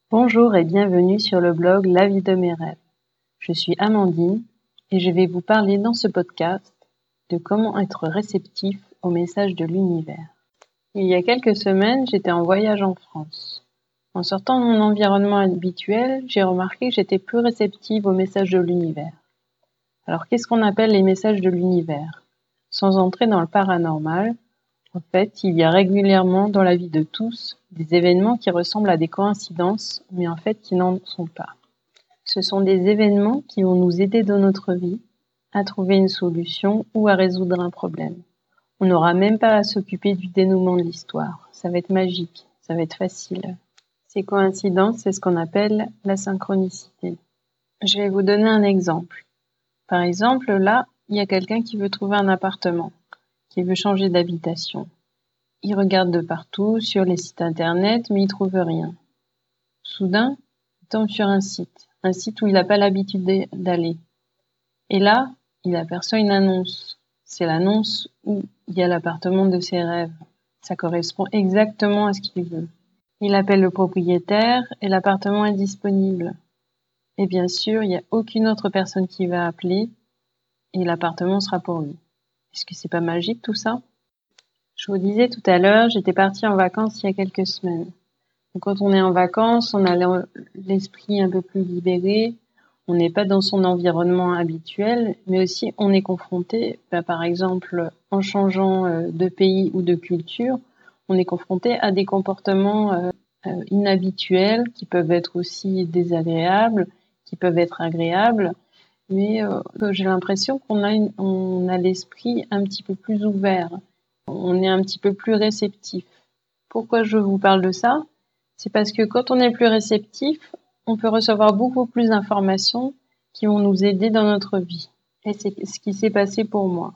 Bonjour et bienvenue sur le blog La vie de mes rêves. Je suis Amandine et je vais vous parler dans ce podcast de comment être réceptif aux messages de l'univers. Il y a quelques semaines, j'étais en voyage en France. En sortant de mon environnement habituel, j'ai remarqué que j'étais plus réceptive aux messages de l'univers. Alors qu'est-ce qu'on appelle les messages de l'univers ? Sans entrer dans le paranormal, en fait, il y a régulièrement dans la vie de tous des événements qui ressemblent à des coïncidences, mais en fait qui n'en sont pas. Ce sont des événements qui vont nous aider dans notre vie à trouver une solution ou à résoudre un problème. On n'aura même pas à s'occuper du dénouement de l'histoire. Ça va être magique, ça va être facile. Ces coïncidences, c'est ce qu'on appelle la synchronicité. Je vais vous donner un exemple. Par exemple, là, il y a quelqu'un qui veut trouver un appartement, qui veut changer d'habitation. Il regarde de partout, sur les sites internet, mais il trouve rien. Soudain, il tombe sur un site où il n'a pas l'habitude d'aller. Et là, il aperçoit une annonce. C'est l'annonce où il y a l'appartement de ses rêves. Ça correspond exactement à ce qu'il veut. Il appelle le propriétaire et l'appartement est disponible. Et bien sûr, il n'y a aucune autre personne qui va appeler et l'appartement sera pour lui. Est-ce que c'est pas magique tout ça ? Je vous disais tout à l'heure, j'étais partie en vacances il y a quelques semaines. Donc, quand on est en vacances, on a l'esprit un peu plus libéré, on n'est pas dans son environnement habituel, mais aussi on est confronté, par exemple, en changeant de pays ou de culture, on est confronté à des comportements inhabituels qui peuvent être aussi désagréables, qui peuvent être agréables, mais j'ai l'impression on a l'esprit un petit peu plus ouvert. On est un petit peu plus réceptif. Pourquoi je vous parle de ça ? C'est parce que quand on est plus réceptif, on peut recevoir beaucoup plus d'informations qui vont nous aider dans notre vie. Et c'est ce qui s'est passé pour moi.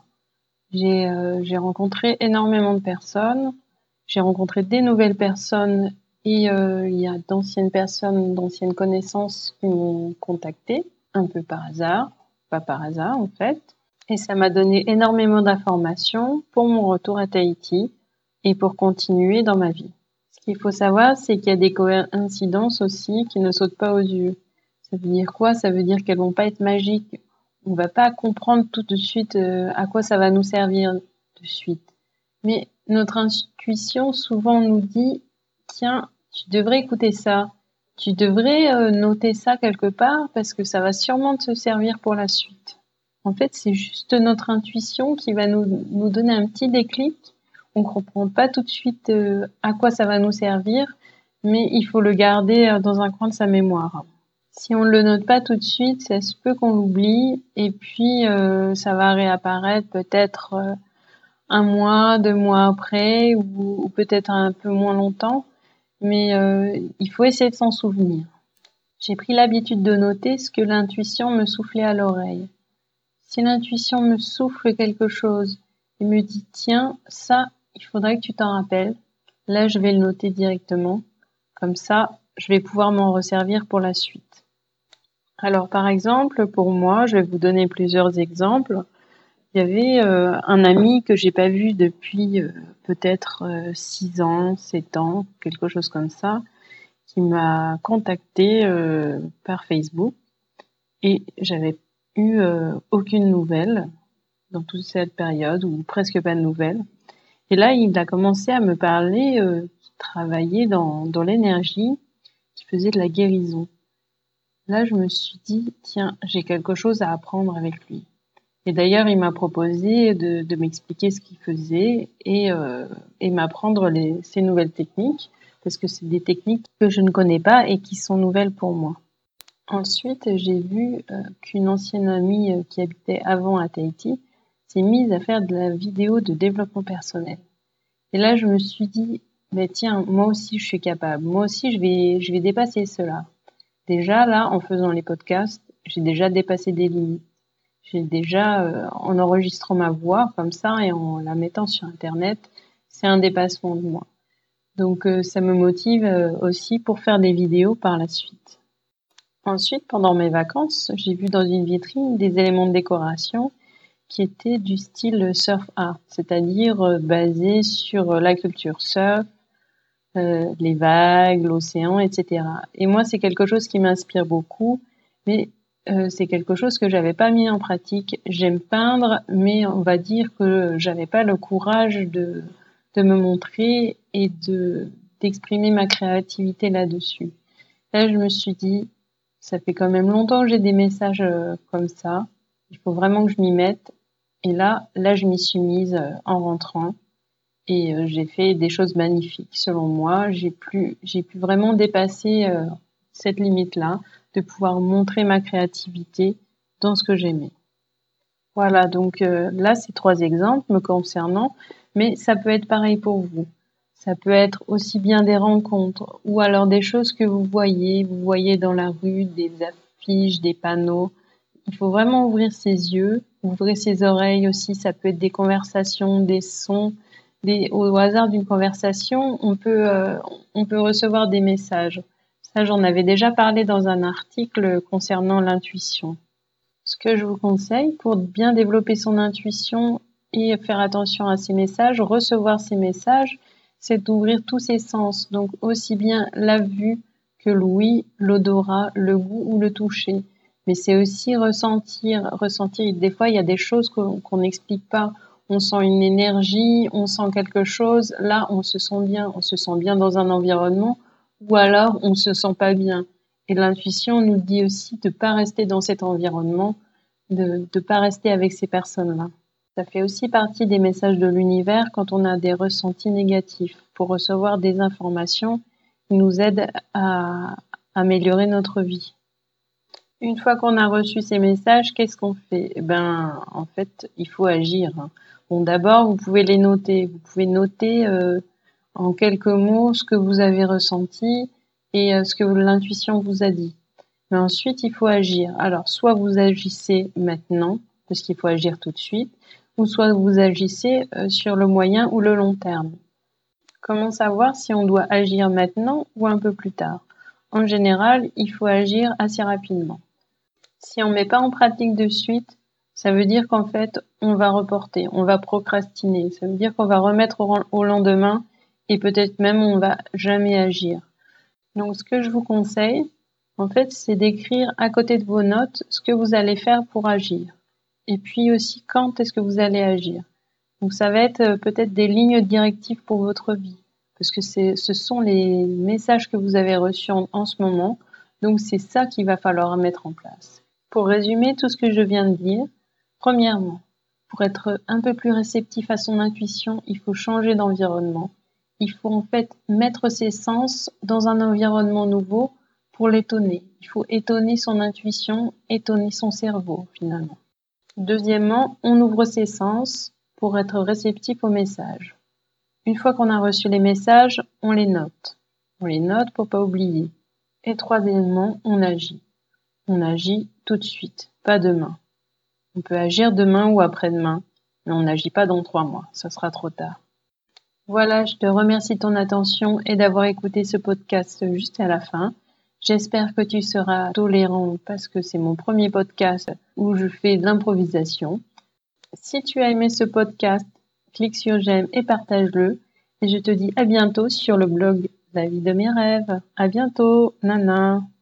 J'ai rencontré énormément de personnes, j'ai rencontré des nouvelles personnes et il y a d'anciennes personnes, d'anciennes connaissances qui m'ont contactée, un peu par hasard, pas par hasard en fait. Et ça m'a donné énormément d'informations pour mon retour à Tahiti et pour continuer dans ma vie. Ce qu'il faut savoir, c'est qu'il y a des coïncidences aussi qui ne sautent pas aux yeux. Ça veut dire quoi ? Ça veut dire qu'elles vont pas être magiques. On va pas comprendre tout de suite à quoi ça va nous servir de suite. Mais notre intuition souvent nous dit, tiens, tu devrais écouter ça. Tu devrais noter ça quelque part parce que ça va sûrement te servir pour la suite. En fait, c'est juste notre intuition qui va nous donner un petit déclic. On ne comprend pas tout de suite à quoi ça va nous servir, mais il faut le garder dans un coin de sa mémoire. Si on ne le note pas tout de suite, ça se peut qu'on l'oublie, et puis ça va réapparaître peut-être 1 mois, 2 mois après, ou peut-être un peu moins longtemps, mais il faut essayer de s'en souvenir. J'ai pris l'habitude de noter ce que l'intuition me soufflait à l'oreille. Si l'intuition me souffle quelque chose et me dit « Tiens, ça, il faudrait que tu t'en rappelles », là, je vais le noter directement. Comme ça, je vais pouvoir m'en resservir pour la suite. Alors, par exemple, pour moi, je vais vous donner plusieurs exemples. Il y avait un ami que j'ai pas vu depuis peut-être 6 ans, 7 ans, quelque chose comme ça, qui m'a contacté par Facebook et j'avais eu aucune nouvelle dans toute cette période, ou presque pas de nouvelles. Et là, il a commencé à me parler qu'il travaillait dans l'énergie, qu'il faisait de la guérison. Là, je me suis dit, tiens, j'ai quelque chose à apprendre avec lui. Et d'ailleurs, il m'a proposé de m'expliquer ce qu'il faisait et m'apprendre ces nouvelles techniques, parce que c'est des techniques que je ne connais pas et qui sont nouvelles pour moi. Ensuite, j'ai vu qu'une ancienne amie qui habitait avant à Tahiti s'est mise à faire de la vidéo de développement personnel. Et là, je me suis dit, mais tiens, moi aussi, je suis capable. Moi aussi, je vais dépasser cela. Déjà, là, en faisant les podcasts, j'ai déjà dépassé des limites. J'ai déjà, en enregistrant ma voix comme ça et en la mettant sur Internet, c'est un dépassement de moi. Donc, ça me motive aussi pour faire des vidéos par la suite. Ensuite, pendant mes vacances, j'ai vu dans une vitrine des éléments de décoration qui étaient du style surf art, c'est-à-dire basés sur la culture surf, les vagues, l'océan, etc. Et moi, c'est quelque chose qui m'inspire beaucoup, mais c'est quelque chose que j'avais pas mis en pratique. J'aime peindre, mais on va dire que j'avais pas le courage de me montrer et d'exprimer ma créativité là-dessus. Là, je me suis dit, ça fait quand même longtemps que j'ai des messages comme ça. Il faut vraiment que je m'y mette. Et là, je m'y suis mise en rentrant. Et j'ai fait des choses magnifiques, selon moi. J'ai pu vraiment dépasser cette limite-là, de pouvoir montrer ma créativité dans ce que j'aimais. Voilà, donc là, c'est 3 exemples me concernant, mais ça peut être pareil pour vous. Ça peut être aussi bien des rencontres ou alors des choses que vous voyez dans la rue, des affiches, des panneaux. Il faut vraiment ouvrir ses yeux, ouvrir ses oreilles aussi. Ça peut être des conversations, des sons. Au hasard d'une conversation, on peut recevoir des messages. Ça, j'en avais déjà parlé dans un article concernant l'intuition. Ce que je vous conseille pour bien développer son intuition et faire attention à ces messages, recevoir ces messages, c'est d'ouvrir tous ses sens. Donc aussi bien la vue que l'ouïe, l'odorat, le goût ou le toucher. Mais c'est aussi ressentir. Des fois, il y a des choses qu'on n'explique pas. On sent une énergie, on sent quelque chose. Là, on se sent bien. On se sent bien dans un environnement ou alors on se sent pas bien. Et l'intuition nous dit aussi de ne pas rester dans cet environnement, de ne pas rester avec ces personnes-là. Ça fait aussi partie des messages de l'univers quand on a des ressentis négatifs pour recevoir des informations qui nous aident à améliorer notre vie. Une fois qu'on a reçu ces messages, qu'est-ce qu'on fait? En fait, il faut agir. Bon, d'abord, vous pouvez les noter. Vous pouvez noter en quelques mots ce que vous avez ressenti et ce que l'intuition vous a dit. Mais ensuite, il faut agir. Alors, soit vous agissez maintenant, parce qu'il faut agir tout de suite, ou soit vous agissez sur le moyen ou le long terme. Comment savoir si on doit agir maintenant ou un peu plus tard? En général, il faut agir assez rapidement. Si on ne met pas en pratique de suite, ça veut dire qu'en fait, on va reporter, on va procrastiner. Ça veut dire qu'on va remettre au lendemain et peut-être même on va jamais agir. Donc, ce que je vous conseille, en fait, c'est d'écrire à côté de vos notes ce que vous allez faire pour agir. Et puis aussi, quand est-ce que vous allez agir. Donc, ça va être peut-être des lignes directives pour votre vie. Parce que ce sont les messages que vous avez reçus en ce moment. Donc, c'est ça qu'il va falloir mettre en place. Pour résumer tout ce que je viens de dire, premièrement, pour être un peu plus réceptif à son intuition, il faut changer d'environnement. Il faut en fait mettre ses sens dans un environnement nouveau pour l'étonner. Il faut étonner son intuition, étonner son cerveau finalement. Deuxièmement, on ouvre ses sens pour être réceptif aux messages. Une fois qu'on a reçu les messages, on les note. On les note pour pas oublier. Et troisièmement, on agit. On agit tout de suite, pas demain. On peut agir demain ou après-demain, mais on n'agit pas dans 3 mois, ça sera trop tard. Voilà, je te remercie de ton attention et d'avoir écouté ce podcast jusqu'à la fin. J'espère que tu seras tolérant parce que c'est mon premier podcast où je fais de l'improvisation. Si tu as aimé ce podcast, clique sur j'aime et partage-le. Et je te dis à bientôt sur le blog La vie de mes rêves. À bientôt, nana.